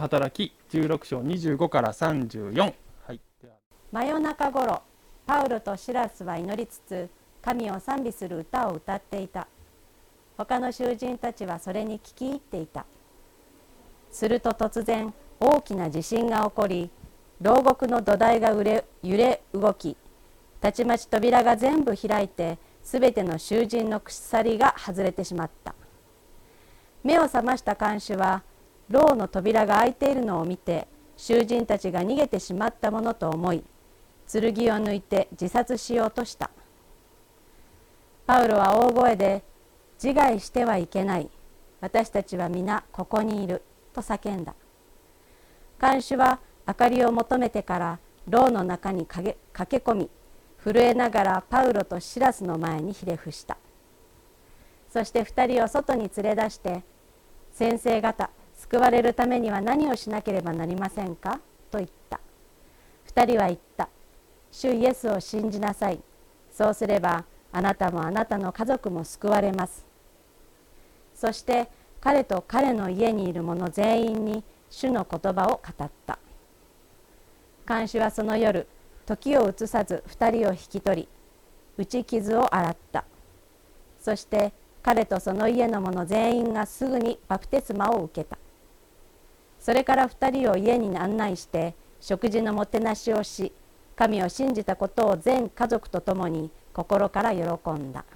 働き16章25から34。はい、 真夜中ごろ、パウロとシラスは祈りつつ神を賛美する歌を歌っていた。他の囚人たちはそれに聞き入っていた。すると突然大きな地震が起こり、牢獄の土台が揺れ動き、たちまち扉が全部開いて、すべての囚人の鎖が外れてしまった。目を覚ました看守は牢の扉が開いているのを見て、囚人たちが逃げてしまったものと思い、剣を抜いて自殺しようとした。パウロは大声で、自害してはいけない、私たちは皆ここにいると叫んだ。看守は明かりを求めてから牢の中に駆け込み、震えながらパウロとシラスの前にひれ伏した。そして二人を外に連れ出して、先生方、救われるためには何をしなければなりませんかと言った。二人は言った。主イエスを信じなさい。そうすればあなたもあなたの家族も救われます。そして彼と彼の家にいる者全員に主の言葉を語った。看守はその夜、時を移さず二人を引き取り、打ち傷を洗った。そして彼とその家の者全員がすぐにバプテスマを受けた。それから二人を家に案内して食事のもてなしをし、神を信じたことを全家族と共に心から喜んだ。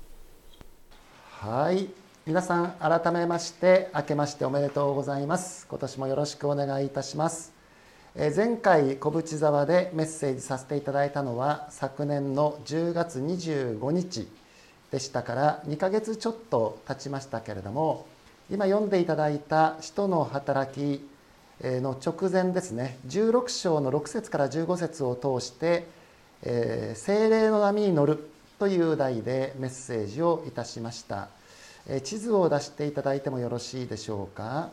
はい、皆さん改めまして明けましておめでとうございます。今年もよろしくお願いいたします。前回小淵沢でメッセージさせていただいたのは昨年の10月25日でしたから2ヶ月ちょっと経ちましたけれども、今読んでいただいた使徒の働きの直前ですね、16章の6節から15節を通して聖霊の波に乗るという題でメッセージをいたしました。地図を出していただいてもよろしいでしょうか。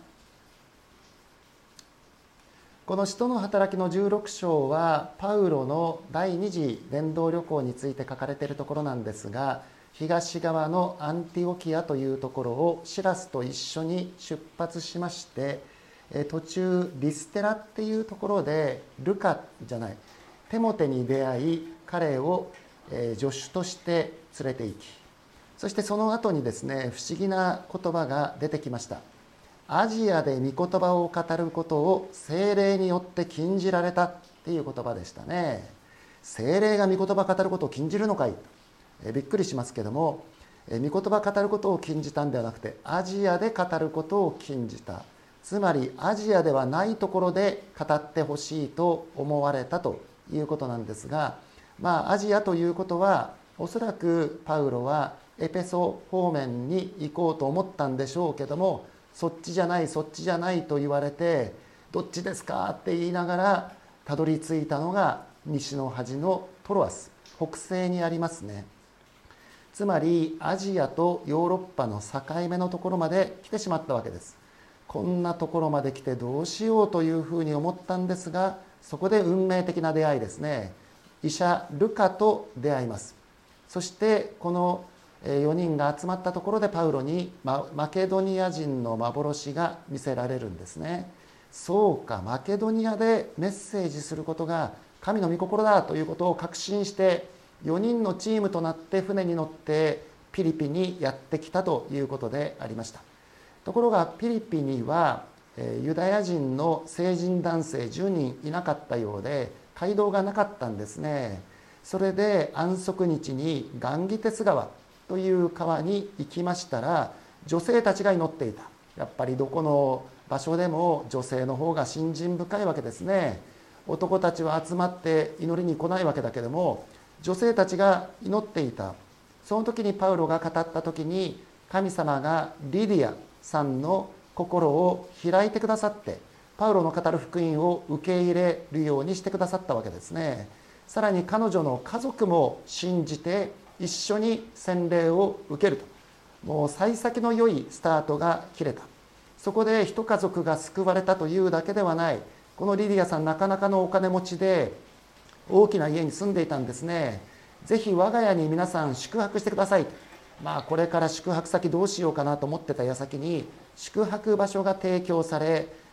この使徒の働きの16章はパウロの第二次伝道旅行について書かれているところなんですが、東側のアンティオキアというところをシラスと一緒に出発しまして、途中リステラっていうところでテモテに出会い、彼を助手として連れて行き、そしてその後にですね、不思議な言葉が出てきました。アジアで御言葉を語ることを聖霊によって禁じられたっていう言葉でしたね。聖霊が御言葉を語ることを禁じるのかい、びっくりしますけども、御言葉を語ることを禁じたんではなくて、アジアで語ることを禁じた。つまりアジアではないところで語ってほしいと思われたということなんですが、アジアということはおそらくパウロはエペソ方面に行こうと思ったんでしょうけども、そっちじゃないそっちじゃないと言われて、どっちですかって言いながらたどり着いたのが西の端のトロアス、北西にありますね。つまりアジアとヨーロッパの境目のところまで来てしまったわけです。こんなところまで来てどうしようというふうに思ったんですが、そこで運命的な出会いですね。医者ルカと出会います。そしてこの4人が集まったところでパウロにマケドニア人の幻が見せられるんですね。そうか、マケドニアでメッセージすることが神の御心だということを確信して、4人のチームとなって船に乗ってピリピにやってきたということでありました。ところがピリピにはユダヤ人の成人男性10人いなかったようで、街道がなかったんですね。それで安息日にガンギテス川という川に行きましたら、女性たちが祈っていた。やっぱりどこの場所でも女性の方が信心深いわけですね。男たちは集まって祈りに来ないわけだけども、女性たちが祈っていた。その時にパウロが語った時に、神様がリディアさんの心を開いてくださって、パウロの語る福音を受け入れるようにしてくださったわけですね。さらに彼女の家族も信じて一緒に洗礼を受けると、もう幸先の良いスタートが切れた。そこで一家族が救われたというだけではない。このリディアさん、なかなかのお金持ちで大きな家に住んでいたんですね。ぜひ我が家に皆さん宿泊してください。これから宿泊先どうしようかなと思ってた矢先に宿泊場所が提供され、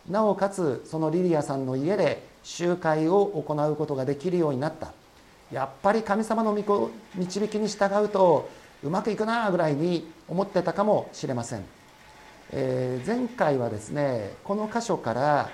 なおかつそのリリアさんの家で集会を行うことができるようになった。やっぱり神様の導きに従うとうまくいくなぐらいに思ってたかもしれません。前回はですね、この箇所から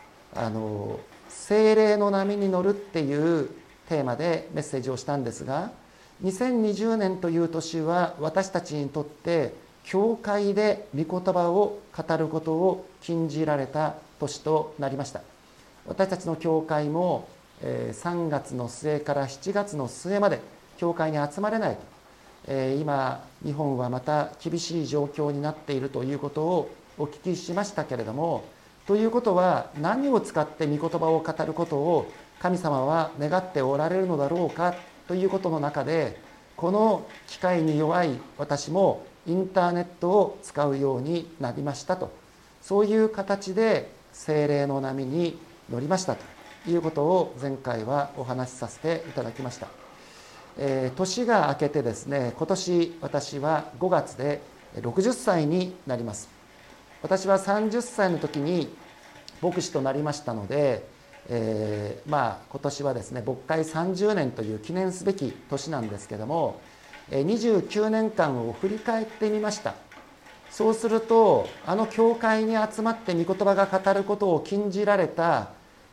聖霊の波に乗るっていうテーマでメッセージをしたんですが、2020年という年は私たちにとって教会で御言葉を語ることを禁じられた年となりました。私たちの教会も3月の末から7月の末まで教会に集まれないと、今日本はまた厳しい状況になっているということをお聞きしましたけれども、ということは何を使って御言葉を語ることを神様は願っておられるのだろうかということの中で、この機会に弱い私もインターネットを使うようになりましたと、そういう形で聖霊の波に乗りましたということを前回はお話しさせていただきました。年が明けてですね、今年私は5月で60歳になります。私は30歳の時に牧師となりましたので、今年はですね牧会30年という記念すべき年なんですけども、29年間を振り返ってみました。そうすると教会に集まって御言葉が語ることを禁じられた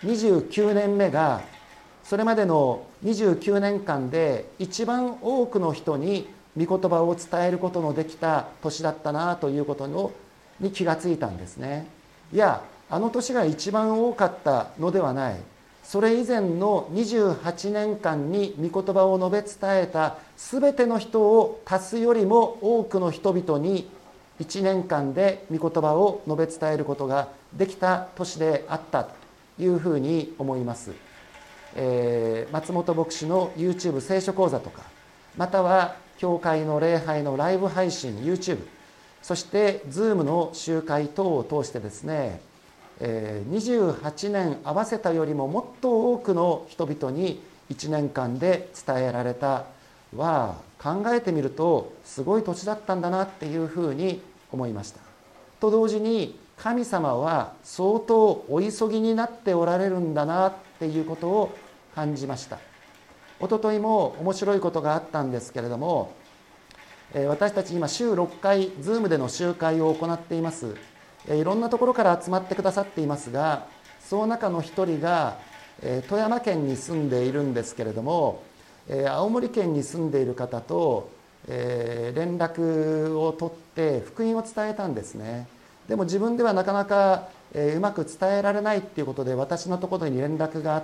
29年目が、それまでの29年間で一番多くの人に御言葉を伝えることのできた年だったなということに気がついたんですね。いや、年が一番多かったのではない、それ以前の28年間に御言葉を述べ伝えた全ての人を足すよりも多くの人々に1年間で御言葉を述べ伝えることができた年であったというふうに思います。松本牧師の YouTube 聖書講座とか、または教会の礼拝のライブ配信 YouTube、 そして Zoom の集会等を通してですね、28年合わせたよりももっと多くの人々に1年間で伝えられたは、考えてみるとすごい年だったんだなっていうふうに思いました。と同時に神様は相当お急ぎになっておられるんだなっていうことを感じました。一昨日も面白いことがあったんですけれども、私たち今週6回 Zoom での集会を行っています。いろんなところから集まってくださっていますが、その中の一人が富山県に住んでいるんですけれども、青森県に住んでいる方と連絡を取って福音を伝えたんですね。でも自分ではなかなかうまく伝えられないっていうことで私のところに連絡があって、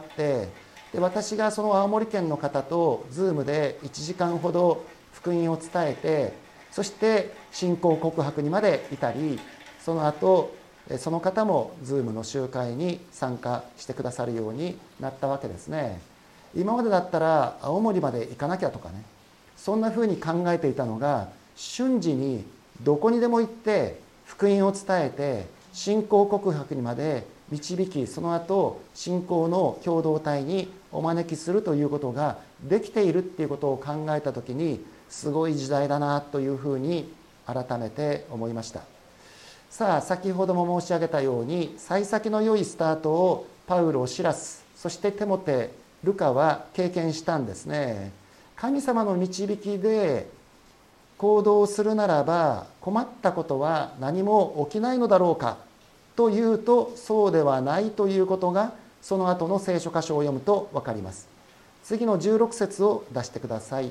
で私がその青森県の方と Zoom で1時間ほど福音を伝えて、そして信仰告白にまで至り、その後その方も Zoom の集会に参加してくださるようになったわけですね。今までだったら青森まで行かなきゃとかね、そんなふうに考えていたのが、瞬時にどこにでも行って福音を伝えて信仰告白にまで導き、その後信仰の共同体にお招きするということができているっていうことを考えたときに、すごい時代だなというふうに改めて思いました。さあ、先ほども申し上げたように幸先の良いスタートをパウロ、シラス、そしてテモテ、ルカは経験したんですね。神様の導きで行動するならば困ったことは何も起きないのだろうかというと、そうではないということがその後の聖書箇所を読むと分かります。次の16節を出してください。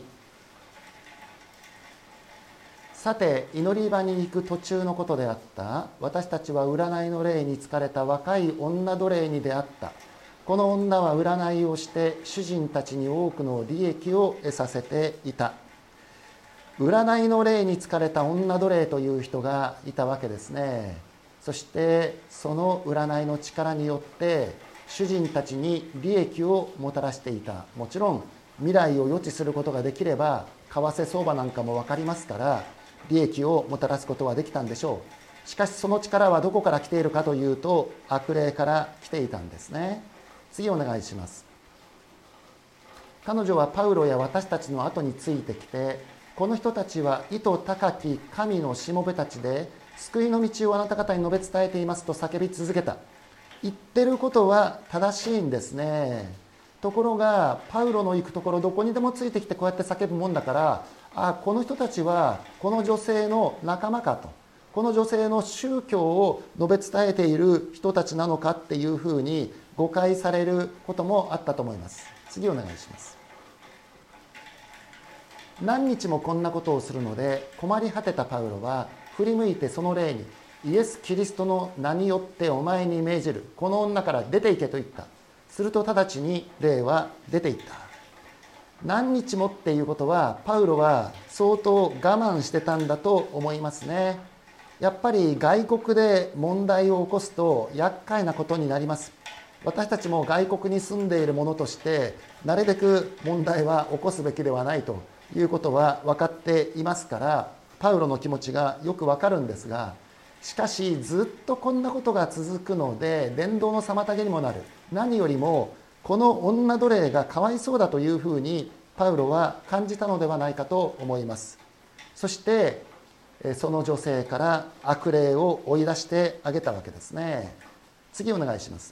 さて、祈り場に行く途中のことであった。私たちは占いの霊に疲れた若い女奴隷に出会った。この女は占いをして主人たちに多くの利益を得させていた。占いの霊に疲れた女奴隷という人がいたわけですね。そしてその占いの力によって主人たちに利益をもたらしていた。もちろん未来を予知することができれば為替相場なんかも分かりますから、利益をもたらすことはできたんでしょう。しかしその力はどこから来ているかというと、悪霊から来ていたんですね。次お願いします。彼女はパウロや私たちの後についてきて、この人たちは意図高き神のしもべたちで、救いの道をあなた方に述べ伝えていますと叫び続けた。 言ってることは正しいんですね。ところがパウロの行くところどこにでもついてきてこうやって叫ぶもんだから、この人たちはこの女性の仲間かと、この女性の宗教を述べ伝えている人たちなのかっていうふうに誤解されることもあったと思います。次お願いします。何日もこんなことをするので困り果てたパウロは振り向いてその霊に、イエス・キリストの名によってお前に命じる、この女から出て行けと言った。すると直ちに霊は出て行った。何日もっていうことはパウロは相当我慢してたんだと思いますね。やっぱり外国で問題を起こすと厄介なことになります。私たちも外国に住んでいる者としてなるべく問題は起こすべきではないということは分かっていますから、パウロの気持ちがよく分かるんですが、しかしずっとこんなことが続くので伝道の妨げにもなる。何よりもこの女奴隷がかわいそうだというふうにパウロは感じたのではないかと思います。そしてその女性から悪霊を追い出してあげたわけですね。次お願いします。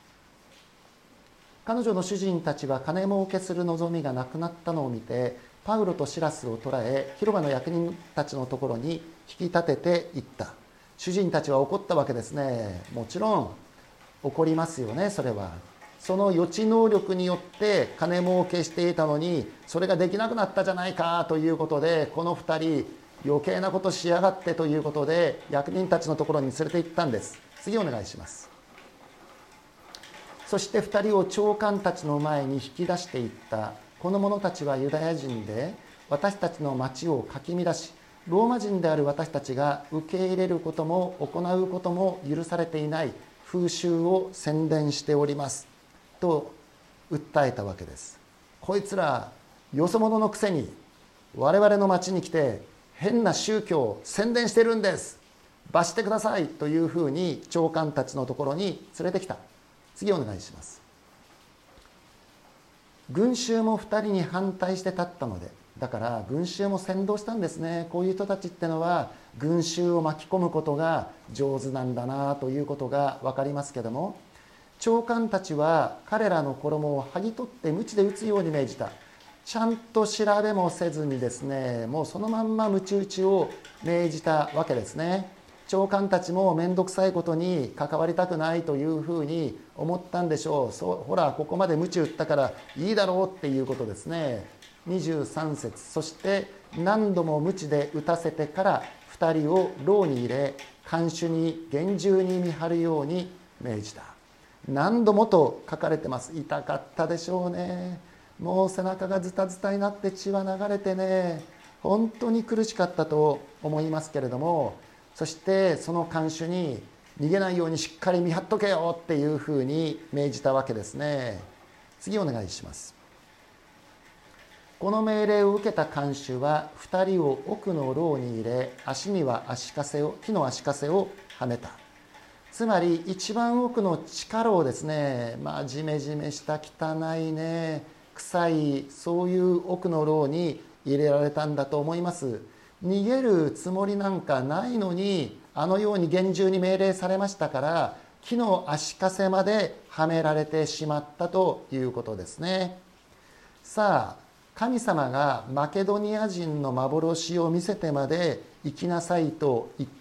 彼女の主人たちは金儲けする望みがなくなったのを見て、パウロとシラスを捕らえ広場の役人たちのところに引き立てていった。主人たちは怒ったわけですね。もちろん怒りますよね。それはその予知能力によって金儲けしていたのにそれができなくなったじゃないかということで、この2人余計なことしやがってということで役人たちのところに連れて行ったんです。次お願いします。そして2人を長官たちの前に引き出していった。この者たちはユダヤ人で私たちの町をかき乱し、ローマ人である私たちが受け入れることも行うことも許されていない風習を宣伝しておりますと訴えたわけです。こいつらよそ者のくせに我々の町に来て変な宗教を宣伝してるんです、罰してくださいというふうに長官たちのところに連れてきた。次お願いします。群衆も2人に反対して立ったので、だから群衆も扇動したんですね。こういう人たちってのは群衆を巻き込むことが上手なんだなということが分かりますけども、長官たちは彼らの衣を剥ぎ取って鞭で打つように命じた。ちゃんと調べもせずにですね、もうそのまんま鞭打ちを命じたわけですね。長官たちも面倒くさいことに関わりたくないというふうに思ったんでしょう。ほらここまで鞭打ったからいいだろうっていうことですね。23節、そして何度も鞭で打たせてから2人を牢に入れ、看守に厳重に見張るように命じた。何度もと書かれてます。痛かったでしょうね。もう背中がズタズタになって血は流れてね、本当に苦しかったと思いますけれども、そしてその看守に逃げないようにしっかり見張っとけよっていうふうに命じたわけですね。次お願いします。この命令を受けた看守は2人を奥の牢に入れ、足には木の足かせをはめた。つまり一番奥の地下牢ですね。ジメジメした汚いね、臭い、そういう奥の牢に入れられたんだと思います。逃げるつもりなんかないのに、あのように厳重に命令されましたから、木の足かせまではめられてしまったということですね。さあ、神様がマケドニア人の幻を見せてまで行きなさいと言った。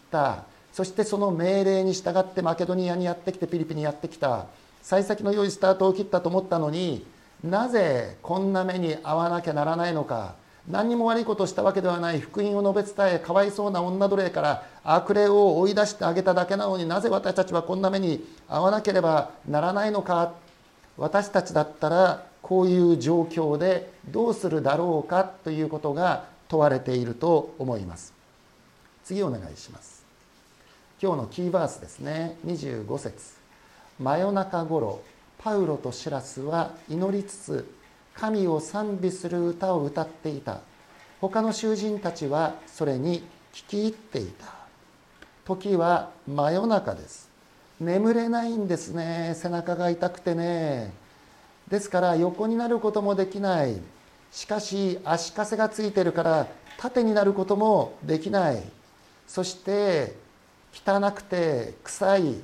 そしてその命令に従ってマケドニアにやってきてピリピにやってきた。幸先の良いスタートを切ったと思ったのに、なぜこんな目に遭わなきゃならないのか。何にも悪いことをしたわけではない。福音を述べ伝え、かわいそうな女奴隷から悪霊を追い出してあげただけなのに、なぜ私たちはこんな目に遭わなければならないのか。私たちだったらこういう状況でどうするだろうかということが問われていると思います。次お願いします。今日のキーバースですね。25節、真夜中ごろパウロとシラスは祈りつつ神を賛美する歌を歌っていた。他の囚人たちはそれに聞き入っていた。時は真夜中です。眠れないんですね。背中が痛くてね。ですから横になることもできない。しかし足かせがついてるから縦になることもできない。そして汚くて臭い、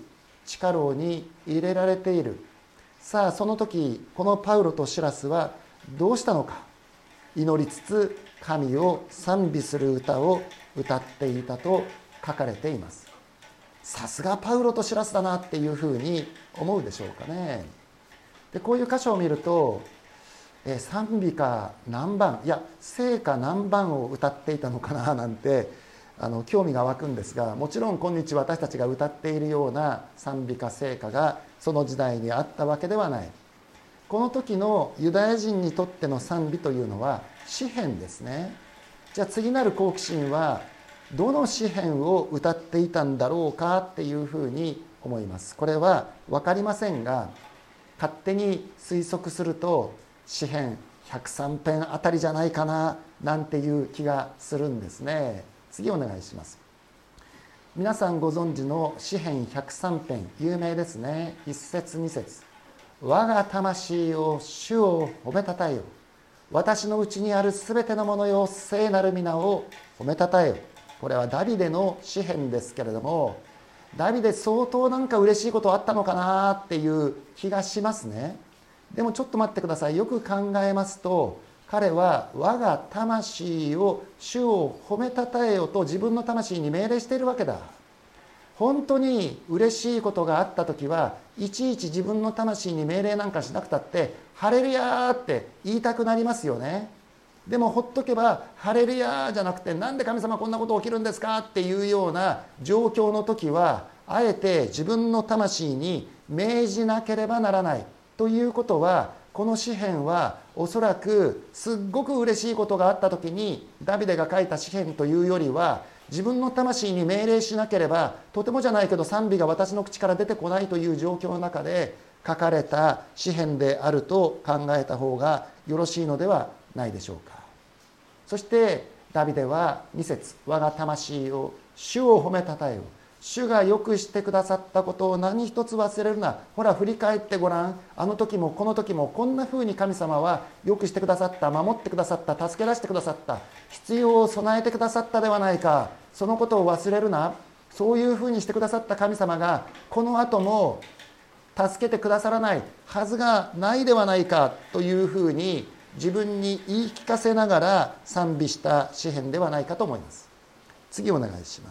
地下牢に入れられている。さあその時このパウロとシラスはどうしたのか。祈りつつ神を賛美する歌を歌っていたと書かれています。さすがパウロとシラスだなっていうふうに思うでしょうかね。でこういう箇所を見ると賛美歌何番、いや聖歌何番を歌っていたのかななんて興味が湧くんですが、もちろん今日私たちが歌っているような賛美歌聖歌がその時代にあったわけではない。この時のユダヤ人にとっての賛美というのは詩編ですね。じゃあ次なる好奇心はどの詩編を歌っていたんだろうかっていうふうに思います。これは分かりませんが、勝手に推測すると詩編103編あたりじゃないかななんていう気がするんですね。次お願いします。皆さんご存知の詩編103編、有名ですね。1節2節、我が魂を主を褒めたたえよ、私のうちにあるすべてのものよ、聖なる皆を褒めたたえよ。これはダビデの詩編ですけれども、ダビデ相当なんか嬉しいことあったのかなっていう気がしますね。でもちょっと待ってください。よく考えますと、彼は我が魂を主を褒めたたえよと自分の魂に命令しているわけだ。本当に嬉しいことがあった時はいちいち自分の魂に命令なんかしなくたってハレルヤーって言いたくなりますよね。でもほっとけばハレルヤーじゃなくて、なんで神様こんなこと起きるんですかっていうような状況の時はあえて自分の魂に命じなければならないということは、この詩編はおそらくすっごく嬉しいことがあった時にダビデが書いた詩編というよりは、自分の魂に命令しなければとてもじゃないけど賛美が私の口から出てこないという状況の中で書かれた詩編であると考えた方がよろしいのではないでしょうか。そしてダビデは2節、我が魂を主を褒めたたえよ、主がよくしてくださったことを何一つ忘れるな。ほら振り返ってごらん、あの時もこの時もこんなふうに神様はよくしてくださった、守ってくださった、助け出してくださった、必要を備えてくださったではないか。そのことを忘れるな。そういうふうにしてくださった神様がこの後も助けてくださらないはずがないではないかというふうに自分に言い聞かせながら賛美した詩編ではないかと思います。次お願いします。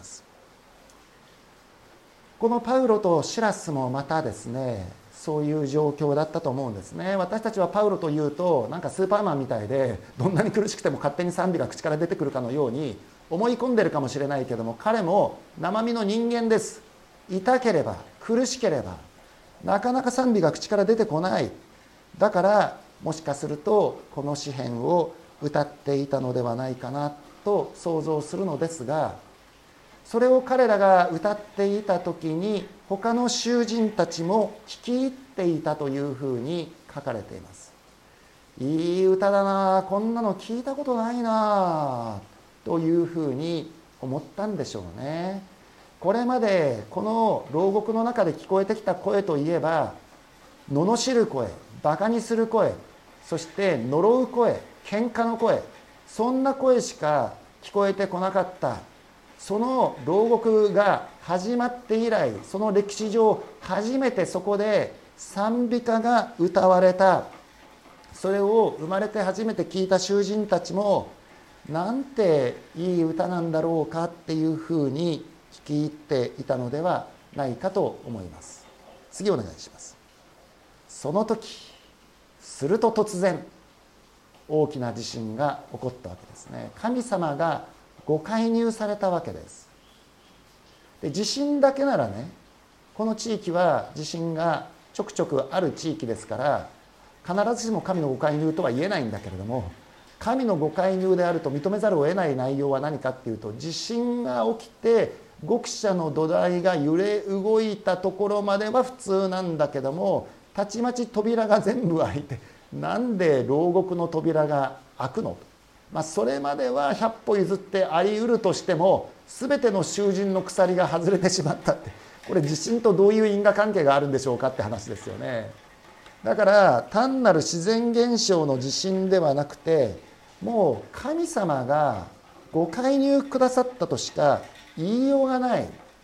このパウロとシラスもまたですね、そういう状況だったと思うんですね。私たちはパウロというとなんかスーパーマンみたいで、どんなに苦しくても勝手に賛美が口から出てくるかのように思い込んでるかもしれないけども、彼も生身の人間です。痛ければ苦しければなかなか賛美が口から出てこない。だからもしかするとこの詩編を歌っていたのではないかなと想像するのですが、それを彼らが歌っていた時に他の囚人たちも聞き入っていたというふうに書かれています。いい歌だな、こんなの聞いたことないなというふうに思ったんでしょうね。これまでこの牢獄の中で聞こえてきた声といえば、罵る声、バカにする声、そして呪う声、喧嘩の声、そんな声しか聞こえてこなかった。その牢獄が始まって以来、その歴史上初めてそこで賛美歌が歌われた。それを生まれて初めて聞いた囚人たちも、なんていい歌なんだろうかっていうふうに聞き入っていたのではないかと思います。次お願いします。その時、すると突然大きな地震が起こったわけですね。神様がご介入されたわけです。で、地震だけならね、この地域は地震がちょくちょくある地域ですから必ずしも神のご介入とは言えないんだけれども、神のご介入であると認めざるを得ない内容は何かっていうと、地震が起きて獄舎の土台が揺れ動いたところまでは普通なんだけども、たちまち扉が全部開いて、なんで牢獄の扉が開くのと、それまでは100歩譲ってあり得るとしても、全ての囚人の鎖が外れてしまったって、これ地震とどういう因果関係があるんでしょうかって話ですよね。だから単なる自然現象の地震ではなくて、もう神様がご介入くださったとしか言いようがない。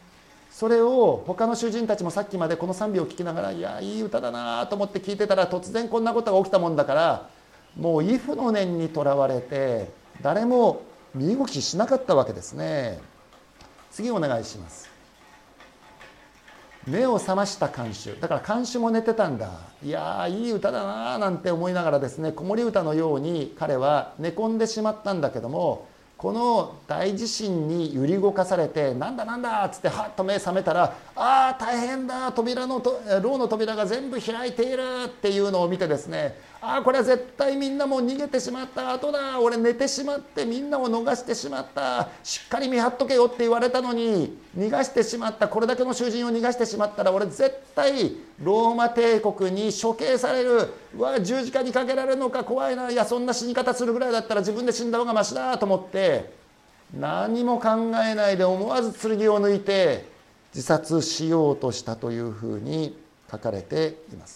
それを他の囚人たちもさっきまでこの賛美を聴きながら、いやいい歌だなと思って聞いてたら、突然こんなことが起きたもんだから、もう畏怖の念にとらわれて誰も身動きしなかったわけですね。次お願いします。目を覚ました看守、だから看守も寝てたんだ、いやいい歌だななんて思いながらですね、子守歌のように彼は寝込んでしまったんだけども、この大地震に揺り動かされて、なんだなんだっつってはっと目覚めたら、ああ大変だ、扉の牢の扉が全部開いているっていうのを見てですね、ああこれは絶対みんなもう逃げてしまった後だ、俺寝てしまってみんなを逃してしまった、しっかり見張っとけよって言われたのに逃がしてしまった、これだけの囚人を逃がしてしまったら俺絶対ローマ帝国に処刑される、うわ十字架にかけられるのか怖いな、いやそんな死に方するぐらいだったら自分で死んだ方がマシだと思って、何も考えないで思わず剣を抜いて自殺しようとしたというふうに書かれています。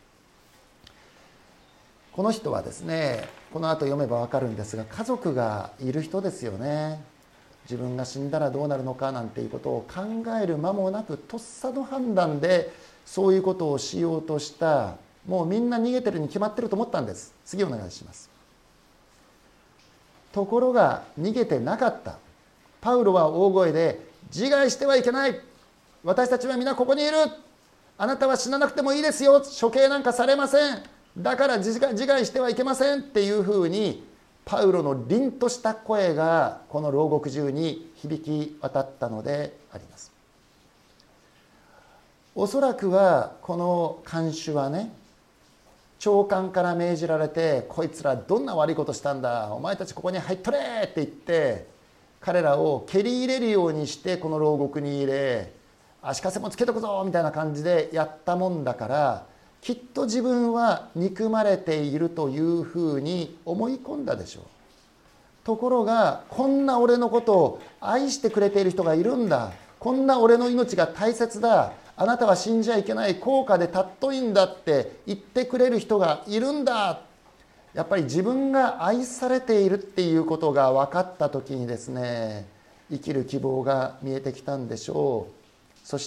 この人はですね、この後読めば分かるんですが、家族がいる人ですよね。自分が死んだらどうなるのかなんていうことを考える間もなく、とっさの判断でそういうことをしようとした。もうみんな逃げてるに決まってると思ったんです。次お願いします。ところが逃げてなかった。パウロは大声で、自害してはいけない、私たちは皆ここにいる、あなたは死ななくてもいいですよ、処刑なんかされません、だから自害してはいけませんっていうふうに、パウロの凛とした声がこの牢獄中に響き渡ったのであります。おそらくはこの看守はね、長官から命じられて、こいつらどんな悪いことしたんだ、お前たちここに入っとれって言って彼らを蹴り入れるようにしてこの牢獄に入れ、足かせもつけとくぞみたいな感じでやったもんだから、きっと自分は憎まれているというふうに思い込んだでしょう。ところが、こんな俺のことを愛してくれている人がいるんだ、こんな俺の命が大切だ、あなたは死んじゃいけない、高価で尊いんだって言ってくれる人がいるんだ。やっぱり自分が愛されているっていうことが分かった時にですね、生きる希望が見えてきたんでしょう。そして、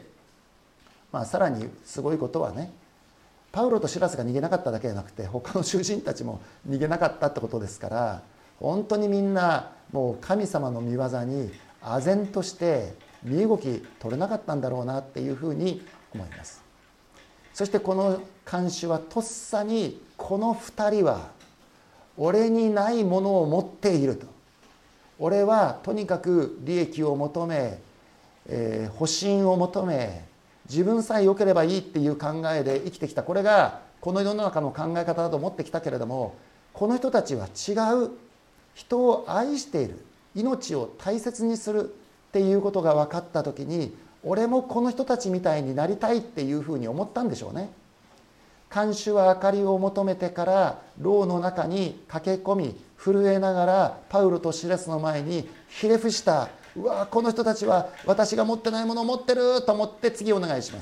さらにすごいことはね、パウロとシラスが逃げなかっただけじゃなくて、他の囚人たちも逃げなかったってことですから、本当にみんなもう神様の御業に唖然として身動き取れなかったんだろうなっていうふうに思います。そしてこの看守はとっさに、この2人は俺にないものを持っていると、俺はとにかく利益を求め、保身を求め、自分さえ良ければいいっていう考えで生きてきた、これがこの世の中の考え方だと思ってきたけれども、この人たちは違う、人を愛している、命を大切にするっていうことが分かった時に、俺もこの人たちみたいになりたいっていうふうに思ったんでしょうね。看守は明かりを求めてから牢の中に駆け込み、震えながらパウロとシラスの前にひれ伏した。うわ、この人たちは私が持ってないものを持ってると思って、次お願いします。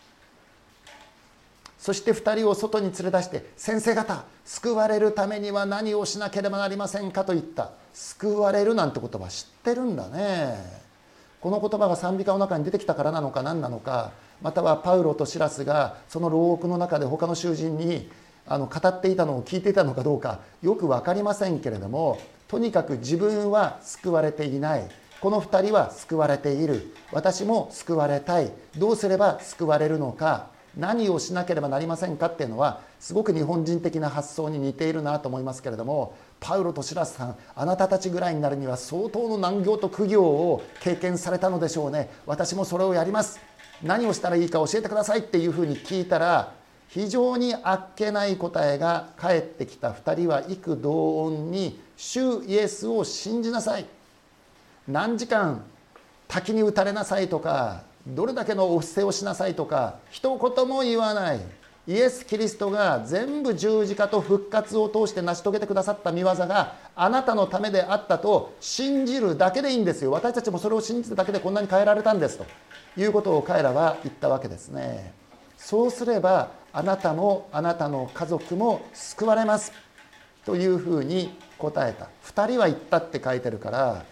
そして2人を外に連れ出して、先生方、救われるためには何をしなければなりませんかと言った。救われるなんて言葉知ってるんだね。この言葉が賛美歌の中に出てきたからなのか何なのか、またはパウロとシラスがその牢獄の中で他の囚人に語っていたのを聞いていたのかどうかよく分かりませんけれども、とにかく自分は救われていない、この2人は救われている、私も救われたい、どうすれば救われるのか、何をしなければなりませんかっていうのはすごく日本人的な発想に似ているなと思いますけれども、パウロとシラスさん、あなたたちぐらいになるには相当の難行と苦行を経験されたのでしょうね。私もそれをやります、何をしたらいいか教えてくださいっていうふうに聞いたら、非常にあっけない答えが返ってきた2人は異口同音に、主イエスを信じなさい、何時間滝に打たれなさいとか、どれだけのお布施をしなさいとか一言も言わない。イエス・キリストが全部十字架と復活を通して成し遂げてくださった御業があなたのためであったと信じるだけでいいんですよ。私たちもそれを信じるだけでこんなに変えられたんですということを彼らは言ったわけですね。そうすればあなたもあなたの家族も救われますというふうに答えた。2人は言ったって書いてるから、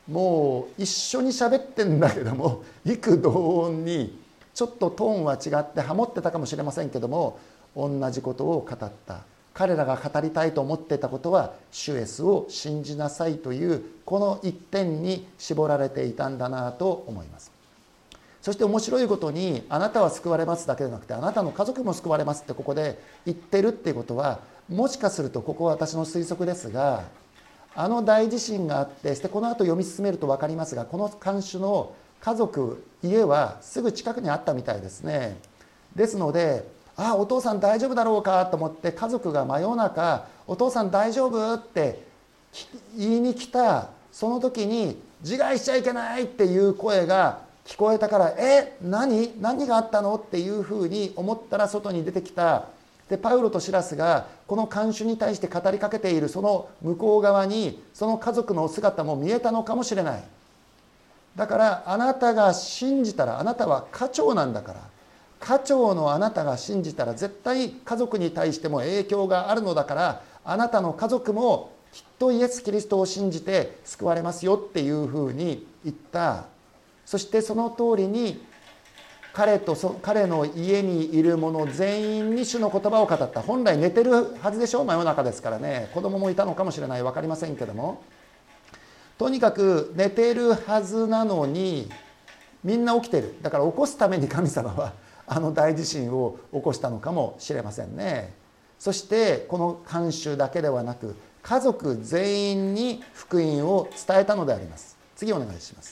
もう一緒に喋ってんだけども幾同音にちょっとトーンは違ってハモってたかもしれませんけども、同じことを語った。彼らが語りたいと思っていたことは主イエスを信じなさいというこの一点に絞られていたんだなと思います。そして面白いことに、あなたは救われますだけでなくてあなたの家族も救われますってここで言ってるっていうことは、もしかするとここは私の推測ですが、あの大地震があって、そしてこの後読み進めると分かりますが、この看守の家族、家はすぐ近くにあったみたいですね。ですので、お父さん大丈夫だろうかと思って家族が真夜中「お父さん大丈夫?」って言いに来たその時に、自害しちゃいけないっていう声が聞こえたから「何があったの?」っていうふうに思ったら外に出てきた。でパウロとシラスがこの看守に対して語りかけているその向こう側にその家族の姿も見えたのかもしれない。だからあなたが信じたら、あなたは家長なんだから、家長のあなたが信じたら絶対家族に対しても影響があるのだから、あなたの家族もきっとイエス・キリストを信じて救われますよっていうふうに言った。そしてその通りに彼の家にいる者全員に主の言葉を語った。本来寝てるはずでしょう、真夜中ですからね。子供もいたのかもしれない、分かりませんけども、とにかく寝てるはずなのにみんな起きてる。だから起こすために神様はあの大地震を起こしたのかもしれませんね。そしてこの看守だけではなく家族全員に福音を伝えたのであります。次お願いします。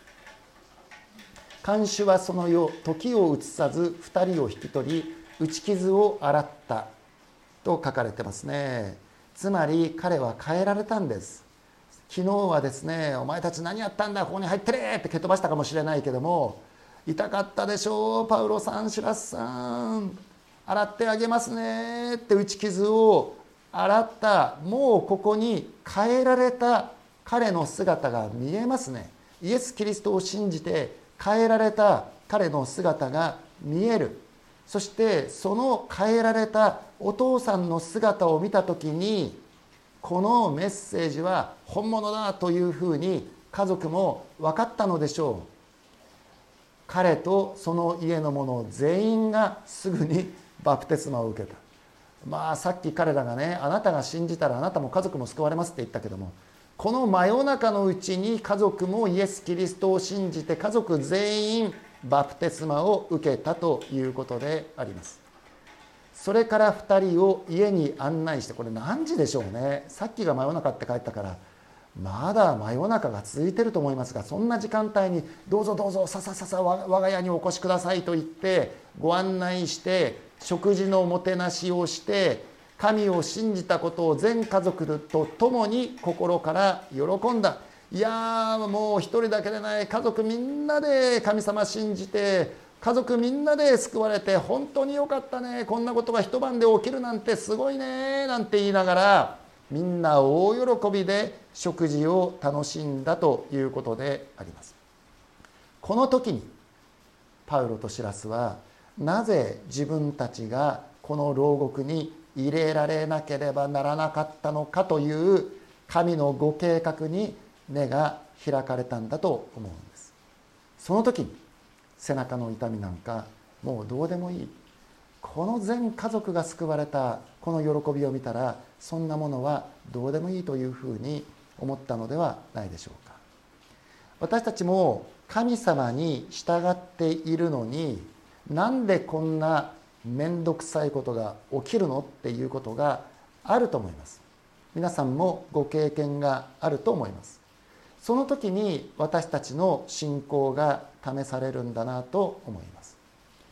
看守はその夜時を移さず2人を引き取り打ち傷を洗ったと書かれてますね。つまり彼は変えられたんです。昨日はですね、お前たち何やったんだここに入ってれって蹴飛ばしたかもしれないけども、痛かったでしょうパウロさん、シラスさん、洗ってあげますねって打ち傷を洗った。もうここに変えられた彼の姿が見えますね。イエス・キリストを信じて変えられた彼の姿が見える。そしてその変えられたお父さんの姿を見た時に、このメッセージは本物だというふうに家族も分かったのでしょう。彼とその家の者全員がすぐにバプテスマを受けた。さっき彼らがね、あなたが信じたらあなたも家族も救われますって言ったけども、この真夜中のうちに家族もイエス・キリストを信じて家族全員バプテスマを受けたということであります。それから2人を家に案内して、これ何時でしょうね。さっきが真夜中って帰ったからまだ真夜中が続いてると思いますが、そんな時間帯にどうぞどうぞささささ我が家にお越しくださいと言ってご案内して食事のもてなしをして、神を信じたことを全家族と共に心から喜んだ。いやもう一人だけでない、家族みんなで神様信じて、家族みんなで救われて本当によかったね、こんなことが一晩で起きるなんてすごいねなんて言いながら、みんな大喜びで食事を楽しんだということであります。この時にパウロとシラスはなぜ自分たちがこの牢獄に入れられなければならなかったのかという神のご計画に目が開かれたんだと思うんです。その時に背中の痛みなんかもうどうでもいい、この全家族が救われたこの喜びを見たらそんなものはどうでもいいというふうに思ったのではないでしょうか。私たちも神様に従っているのに、なんでこんな面倒くさいことが起きるのっていうことがあると思います。皆さんもご経験があると思います。その時に私たちの信仰が試されるんだなと思います。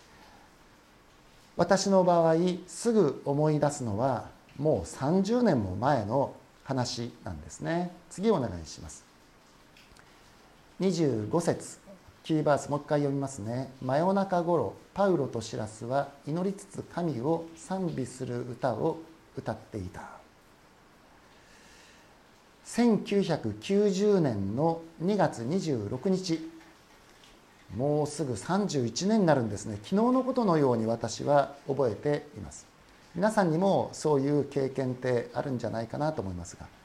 私の場合すぐ思い出すのはもう30年も前の話なんですね。次お願いします。25節キーバースもう一回読みますね。真夜中ごろパウロとシラスは祈りつつ神を賛美する歌を歌っていた。1990年の2月26日、もうすぐ31年になるんですね。昨日のことのように私は覚えています。皆さんにもそういう経験ってあるんじゃないかなと思いますが、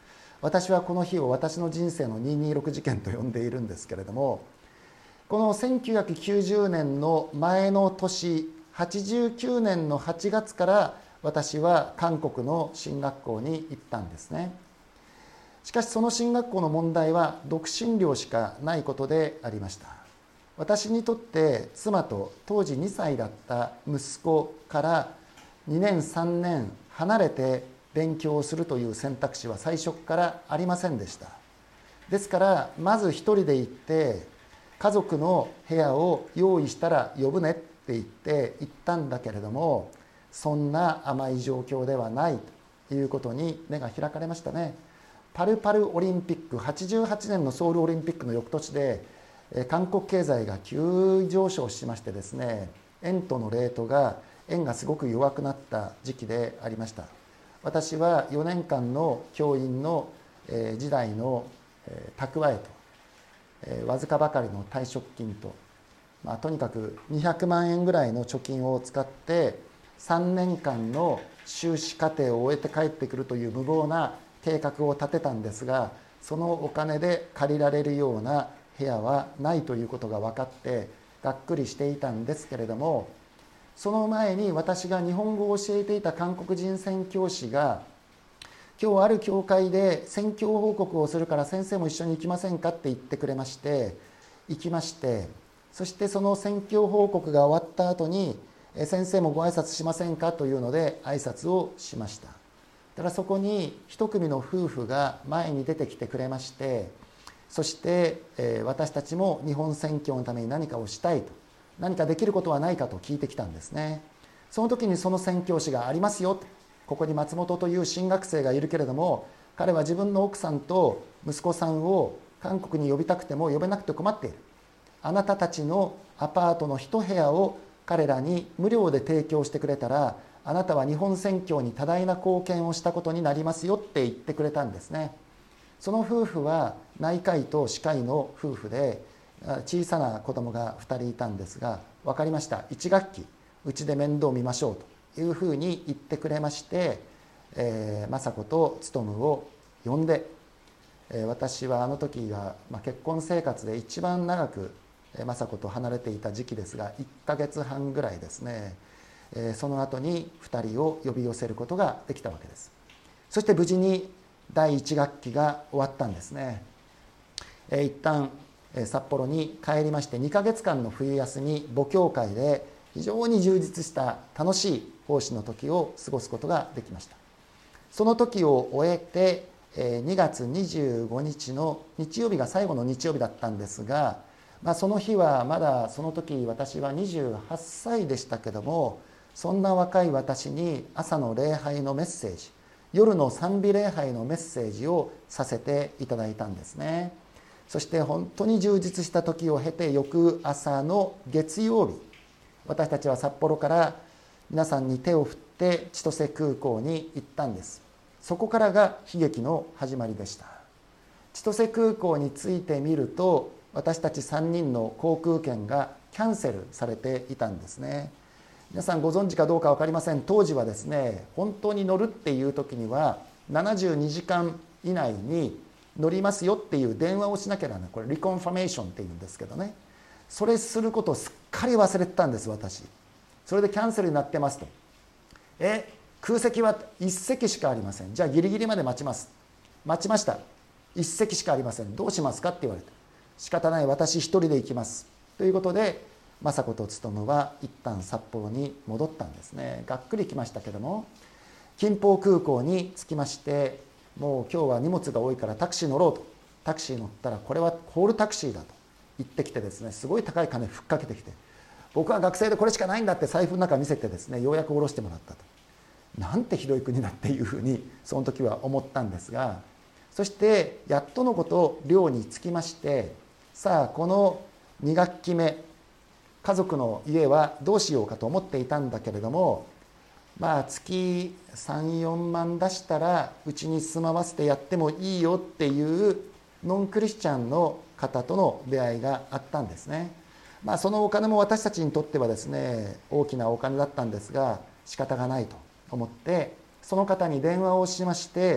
私はこの日を私の人生の226事件と呼んでいるんですけれども、この1990年の前の年、89年の8月から私は韓国の進学校に行ったんですね。しかしその進学校の問題は独身寮しかないことでありました。私にとって妻と当時2歳だった息子から2年3年離れて勉強をするという選択肢は最初からありませんでした。ですからまず一人で行って家族の部屋を用意したら呼ぶねって言って行ったんだけれども、そんな甘い状況ではないということに目が開かれましたね。パルパルオリンピック、88年のソウルオリンピックの翌年で韓国経済が急上昇しましてですね、円とのレートが円がすごく弱くなった時期でありました。私は4年間の教員の時代の蓄えとわずかばかりの退職金と、とにかく200万円ぐらいの貯金を使って3年間の修士課程を終えて帰ってくるという無謀な計画を立てたんですが、そのお金で借りられるような部屋はないということが分かってがっくりしていたんですけれども、その前に私が日本語を教えていた韓国人宣教師が、今日ある教会で宣教報告をするから先生も一緒に行きませんかって言ってくれまして、行きまして、そしてその宣教報告が終わった後に先生もご挨拶しませんかというので挨拶をしました。だからそこに一組の夫婦が前に出てきてくれまして、そして私たちも日本宣教のために何かをしたいと、何かできることはないかと聞いてきたんですね。その時にその宣教師がありますよと、ここに松本という新学生がいるけれども、彼は自分の奥さんと息子さんを韓国に呼びたくても呼べなくて困っている。あなたたちのアパートの一部屋を彼らに無料で提供してくれたら、あなたは日本宣教に多大な貢献をしたことになりますよって言ってくれたんですね。その夫婦は内科医と歯科医の夫婦で、小さな子供が2人いたんですが、分かりました、1学期うちで面倒見ましょうというふうに言ってくれまして、雅子と勉を呼んで、私はあの時が、結婚生活で一番長く雅子と離れていた時期ですが、1ヶ月半ぐらいですね、その後に2人を呼び寄せることができたわけです。そして無事に第1学期が終わったんですね。一旦札幌に帰りまして、2ヶ月間の冬休み母教会で非常に充実した楽しい奉仕の時を過ごすことができました。その時を終えて2月25日の日曜日が最後の日曜日だったんですが、その日はまだその時私は28歳でしたけども、そんな若い私に朝の礼拝のメッセージ、夜の賛美礼拝のメッセージをさせていただいたんですね。そして本当に充実した時を経て、翌朝の月曜日、私たちは札幌から皆さんに手を振って千歳空港に行ったんです。そこからが悲劇の始まりでした。千歳空港に着いてみると、私たち3人の航空券がキャンセルされていたんですね。皆さんご存知かどうか分かりません。当時はですね、本当に乗るっていう時には72時間以内に乗りますよっていう電話をしなきゃならない。これリコンファメーションっていうんですけどね、それすることをすっかり忘れてたんです私。それでキャンセルになってますと。空席は1席しかありません。じゃあギリギリまで待ちます。待ちました。1席しかありません。どうしますかって言われて、仕方ない、私一人で行きますということで、雅子と勉は一旦札幌に戻ったんですね。がっくり来ましたけども、金浦空港に着きまして、もう今日は荷物が多いからタクシー乗ろうと。タクシー乗ったら、これはコールタクシーだと言ってきてですね、すごい高い金ふっかけてきて、僕は学生でこれしかないんだって財布の中見せてですね、ようやく下ろしてもらったと。なんてひどい国だっていうふうにその時は思ったんですが、そしてやっとのこと寮に着きまして、さあこの2学期目、家族の家はどうしようかと思っていたんだけれども、月3、4万出したらうちに住まわせてやってもいいよっていうノンクリスチャンの方との出会いがあったんですね。そのお金も私たちにとってはですね、大きなお金だったんですが、仕方がないと思ってその方に電話をしまして、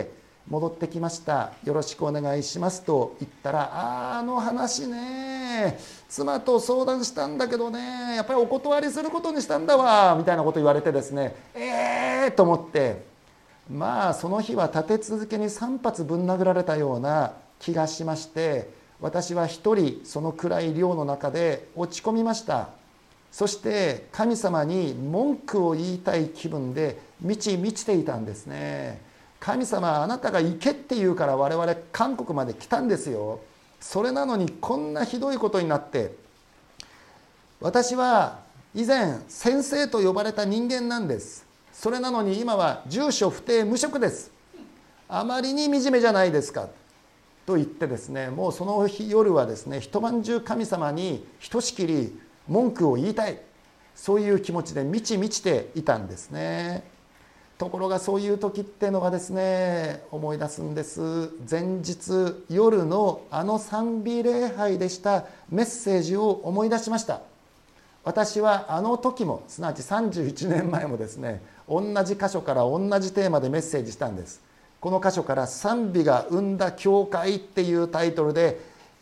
戻ってきました。よろしくお願いしますと言ったら、あの話ね、妻と相談したんだけどね、やっぱりお断りすることにしたんだわみたいなこと言われてですね、と思って、まあその日は立て続けに3発ぶん殴られたような気がしまして、私は一人その暗い寮の中で落ち込みました。そして神様に文句を言いたい気分で満ち満ちていたんですね。神様、あなたが行けって言うから我々韓国まで来たんですよ。それなのにこんなひどいことになって、私は以前先生と呼ばれた人間なんです。それなのに今は住所不定無職です。あまりに惨めじゃないですかと言ってですね、もうその日夜はですね、一晩中神様にひとしきり文句を言いたい、そういう気持ちで満ち満ちていたんですね。ところがそういう時っていうのがですね、思い出すんです。前日夜のあの賛美礼拝でしたメッセージを思い出しました。私はあの時も、すなわち31年前もですね、同じ箇所から同じテーマでメッセージしたんです。この箇所から賛美が生んだ教会っていうタイトルで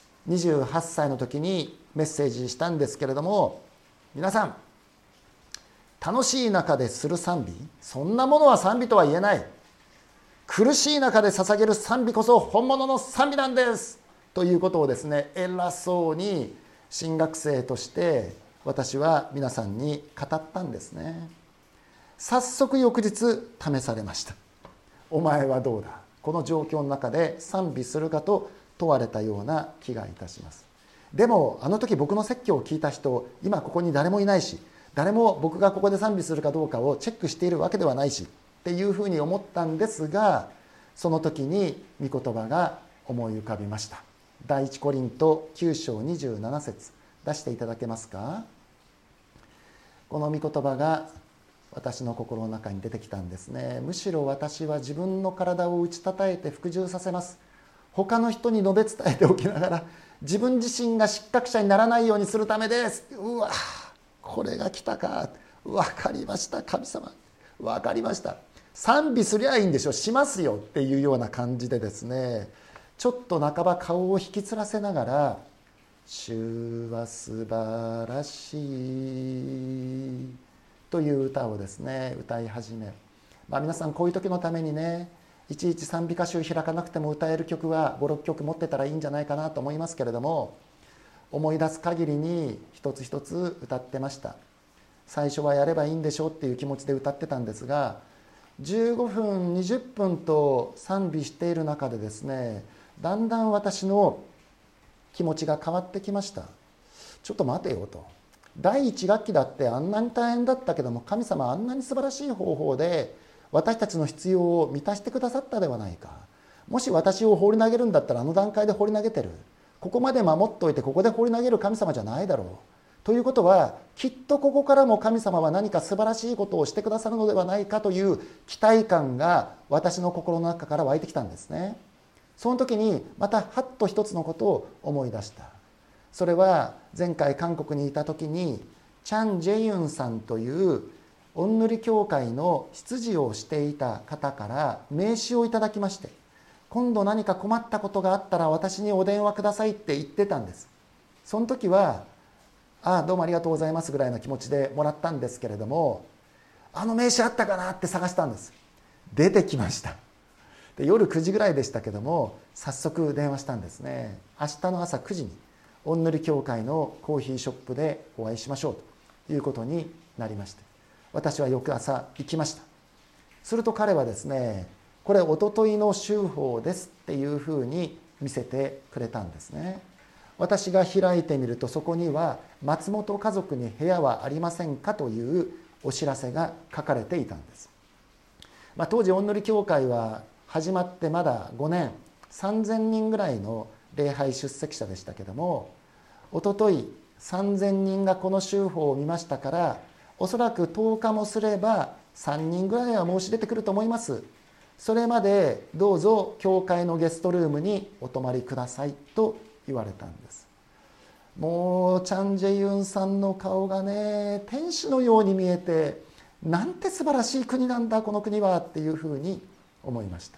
28歳の時にメッセージしたんですけれども、皆さん、楽しい中でする賛美、そんなものは賛美とは言えない。苦しい中で捧げる賛美こそ本物の賛美なんですということをですね、偉そうに神学生として私は皆さんに語ったんですね。早速翌日試されました。お前はどうだ、この状況の中で賛美するかと問われたような気がいたします。でもあの時僕の説教を聞いた人、今ここに誰もいないし、誰も僕がここで賛美するかどうかをチェックしているわけではないしっていうふうに思ったんですが、その時に御言葉が思い浮かびました。第一コリント9章27節出していただけますか。この御言葉が私の心の中に出てきたんですね。むしろ私は自分の体を打ち叩いて服従させます。他の人に述べ伝えておきながら自分自身が失格者にならないようにするためです。うわ、これが来たか。分かりました、神様、分かりました、賛美すりゃいいんでしょ、しますよっていうような感じでですね、ちょっと半ば顔を引きつらせながら、主は素晴らしいという歌をですね歌い始め、皆さんこういう時のためにね、いちいち賛美歌集開かなくても歌える曲は5、6曲持ってたらいいんじゃないかなと思いますけれども、思い出す限りに一つ一つ歌ってました。最初はやればいいんでしょうっていう気持ちで歌ってたんですが、15分20分と賛美している中でですね、だんだん私の気持ちが変わってきました。ちょっと待てよと、第一学期だってあんなに大変だったけども、神様あんなに素晴らしい方法で私たちの必要を満たしてくださったではないか。もし私を放り投げるんだったらあの段階で放り投げてる。ここまで守っておいてここで放り投げる神様じゃないだろう。ということは、きっとここからも神様は何か素晴らしいことをしてくださるのではないかという期待感が私の心の中から湧いてきたんですね。その時にまたはっと一つのことを思い出した。それは前回韓国にいた時にチャン・ジェユンさんという御塗教会の執事をしていた方から名刺をいただきまして、今度何か困ったことがあったら私にお電話くださいって言ってたんです。その時はどうもありがとうございますぐらいの気持ちでもらったんですけれども、あの名刺あったかなって探したんです。出てきました。で、夜9時ぐらいでしたけども、早速電話したんですね。明日の朝9時に御塗教会のコーヒーショップでお会いしましょうということになりまして、私は翌朝行きました。すると彼はですね、これおとといの週報ですっていうふうに見せてくれたんですね。私が開いてみると、そこには松本家族に部屋はありませんかというお知らせが書かれていたんです。当時御塗教会は始まってまだ5年、3000人ぐらいの礼拝出席者でしたけども、おととい3000人がこの週報を見ましたから、おそらく10日もすれば3人ぐらいは申し出てくると思います。それまでどうぞ教会のゲストルームにお泊まりくださいと言われたんです。もうチャン・ジェユンさんの顔がね、天使のように見えて、なんて素晴らしい国なんだこの国はっていうふうに思いました。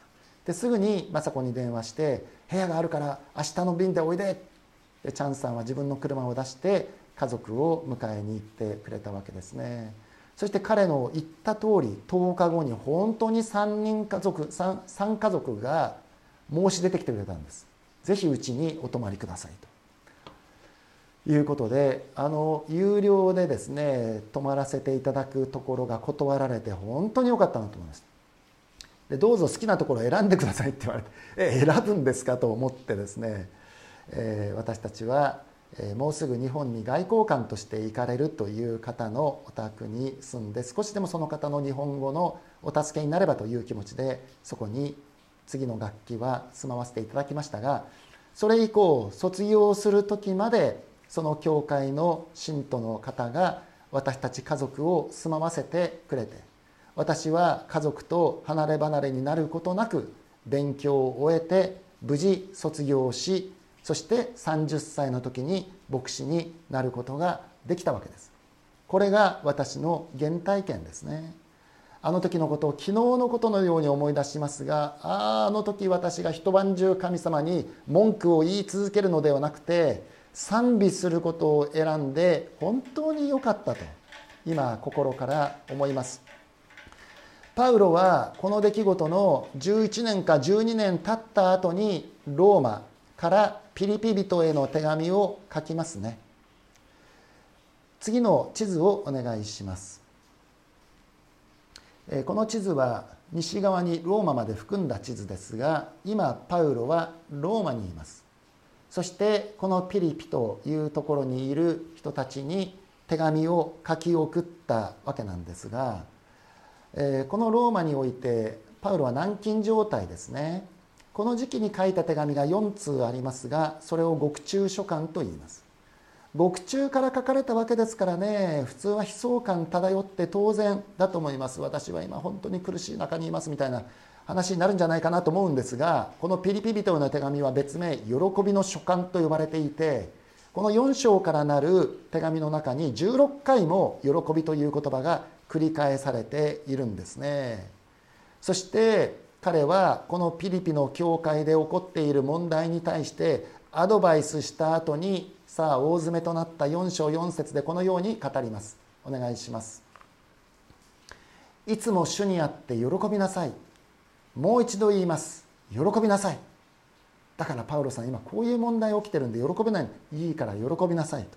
ですぐに雅子に電話して「部屋があるから明日の便でおいで」でチャンさんは自分の車を出して家族を迎えに行ってくれたわけですね。そして彼の言った通り10日後に本当に3家族が申し出てきてくれたんです。ぜひうちにお泊まりくださいということで、有料でですね泊まらせていただくところが断られて本当に良かったなと思いました。でどうぞ好きなところを選んでくださいって言われて選ぶんですかと思ってですね、私たちはもうすぐ日本に外交官として行かれるという方のお宅に住んで、少しでもその方の日本語のお助けになればという気持ちでそこに次の学期は住まわせていただきましたが、それ以降卒業する時までその教会の信徒の方が私たち家族を住まわせてくれて、私は家族と離れ離れになることなく勉強を終えて無事卒業し、そして30歳の時に牧師になることができたわけです。これが私の原体験ですね。あの時のことを昨日のことのように思い出しますが、あの時私が一晩中神様に文句を言い続けるのではなくて賛美することを選んで本当に良かったと今心から思います。パウロはこの出来事の11年か12年経った後にローマからピリピ人への手紙を書きますね。次の地図をお願いします。この地図は西側にローマまで含んだ地図ですが、今パウロはローマにいます。そしてこのピリピというところにいる人たちに手紙を書き送ったわけなんですが、このローマにおいてパウロは軟禁状態ですね。この時期に書いた手紙が4通ありますが、それを獄中書簡と言います。獄中から書かれたわけですからね、普通は悲壮感漂って当然だと思います。私は今本当に苦しい中にいますみたいな話になるんじゃないかなと思うんですが、このピリピ人への手紙は別名喜びの書簡と呼ばれていて、この4章からなる手紙の中に16回も喜びという言葉が繰り返されているんですね。そして彼はこのピリピの教会で起こっている問題に対してアドバイスした後に、さあ大詰めとなった4章4節でこのように語ります。お願いします。いつも主にあって喜びなさい。もう一度言います。喜びなさい。だからパウロさん、今こういう問題起きてるんで喜べない。いいから喜びなさいと。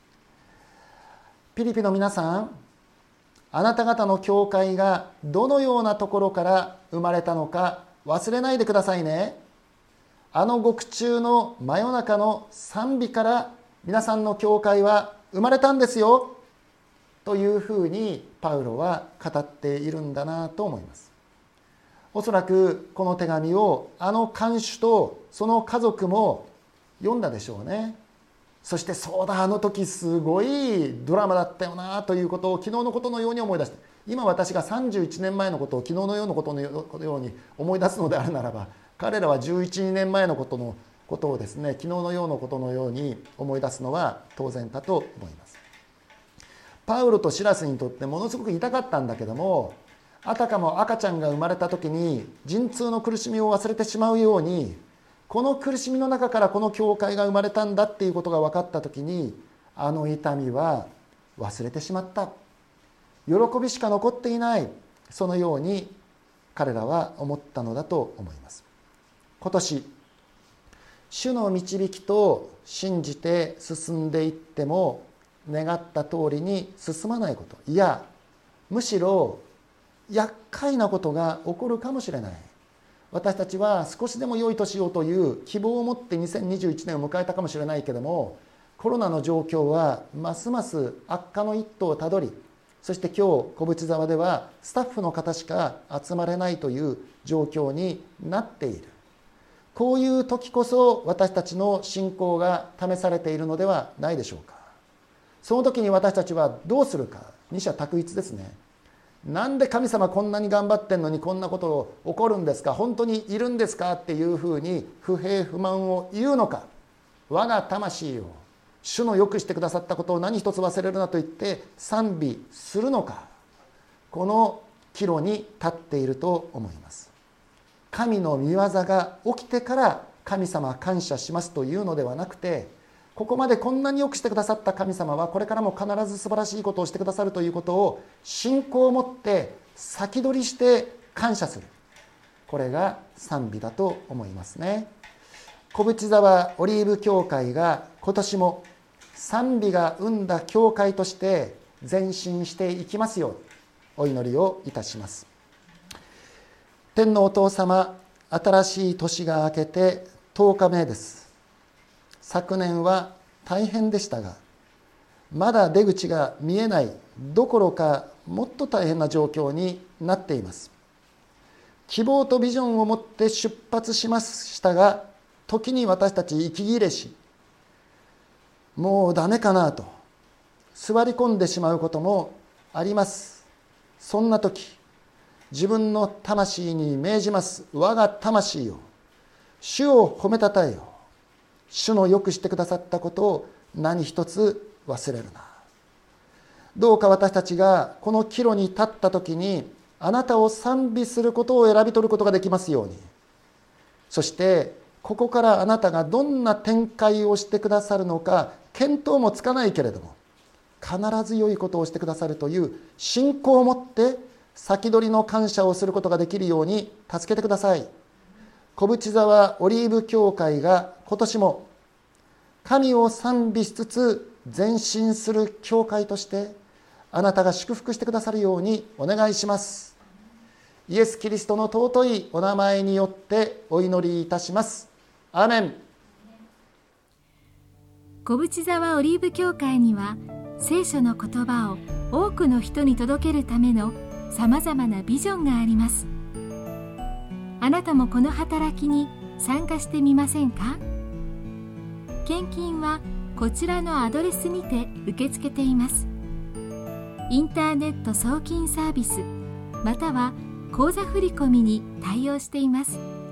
ピリピの皆さん、あなた方の教会がどのようなところから生まれたのか忘れないでくださいね。あの獄中の真夜中の賛美から皆さんの教会は生まれたんですよというふうにパウロは語っているんだなと思います。おそらくこの手紙をあの看守とその家族も読んだでしょうね。そしてそうだ、あの時すごいドラマだったよなということを昨日のことのように思い出して、今私が31年前のことを昨日のようなことのように思い出すのであるならば、彼らは11、2年前のことをですね、昨日のようなことのように思い出すのは当然かと思います。パウロとシラスにとってものすごく痛かったんだけども、あたかも赤ちゃんが生まれた時に陣痛の苦しみを忘れてしまうように、この苦しみの中からこの教会が生まれたんだっていうことが分かった時に、あの痛みは忘れてしまった、喜びしか残っていない、そのように彼らは思ったのだと思います。今年主の導きと信じて進んでいっても願った通りに進まないこと、いやむしろ厄介なことが起こるかもしれない。私たちは少しでも良い年をという希望を持って2021年を迎えたかもしれないけども、コロナの状況はますます悪化の一途をたどり、そして今日小淵沢ではスタッフの方しか集まれないという状況になっている。こういう時こそ私たちの信仰が試されているのではないでしょうか。その時に私たちはどうするか、二者択一ですね。なんで神様こんなに頑張ってんのにこんなこと起こるんですか、本当にいるんですかっていうふうに不平不満を言うのか、我が魂を主のよくしてくださったことを何一つ忘れるなと言って賛美するのか、この岐路に立っていると思います。 神の御業が起きてから神様感謝しますというのではなくて、ここまでこんなによくしてくださった神様はこれからも必ず素晴らしいことをしてくださるということを信仰を持って先取りして感謝する、これが賛美だと思いますね。小淵沢オリーブ教会が今年も賛美が生んだ教会として前進していきますようにお祈りをいたします。天のお父様、新しい年が明けて10日目です。昨年は大変でしたが、まだ出口が見えないどころかもっと大変な状況になっています。希望とビジョンを持って出発しましたが、時に私たち息切れし、もうダメかなと座り込んでしまうこともあります。そんな時、自分の魂に命じます。我が魂よ、主を褒めたたえよ。主のよくしてくださったことを何一つ忘れるな。どうか私たちがこの岐路に立った時にあなたを賛美することを選び取ることができますように。そしてここからあなたがどんな展開をしてくださるのか見当もつかないけれども、必ず良いことをしてくださるという信仰を持って先取りの感謝をすることができるように助けてください。小淵沢オリーブ教会が今年も神を賛美しつつ前進する教会としてあなたが祝福してくださるようにお願いします。イエス・キリストの尊いお名前によってお祈りいたします。アーメン。 小淵沢オリーブ教会には聖書の言葉を多くの人に届けるためのさまざまなビジョンがあります。あなたもこの働きに参加してみませんか？献金はこちらのアドレスにて受け付けています。インターネット送金サービスまたは口座振込に対応しています。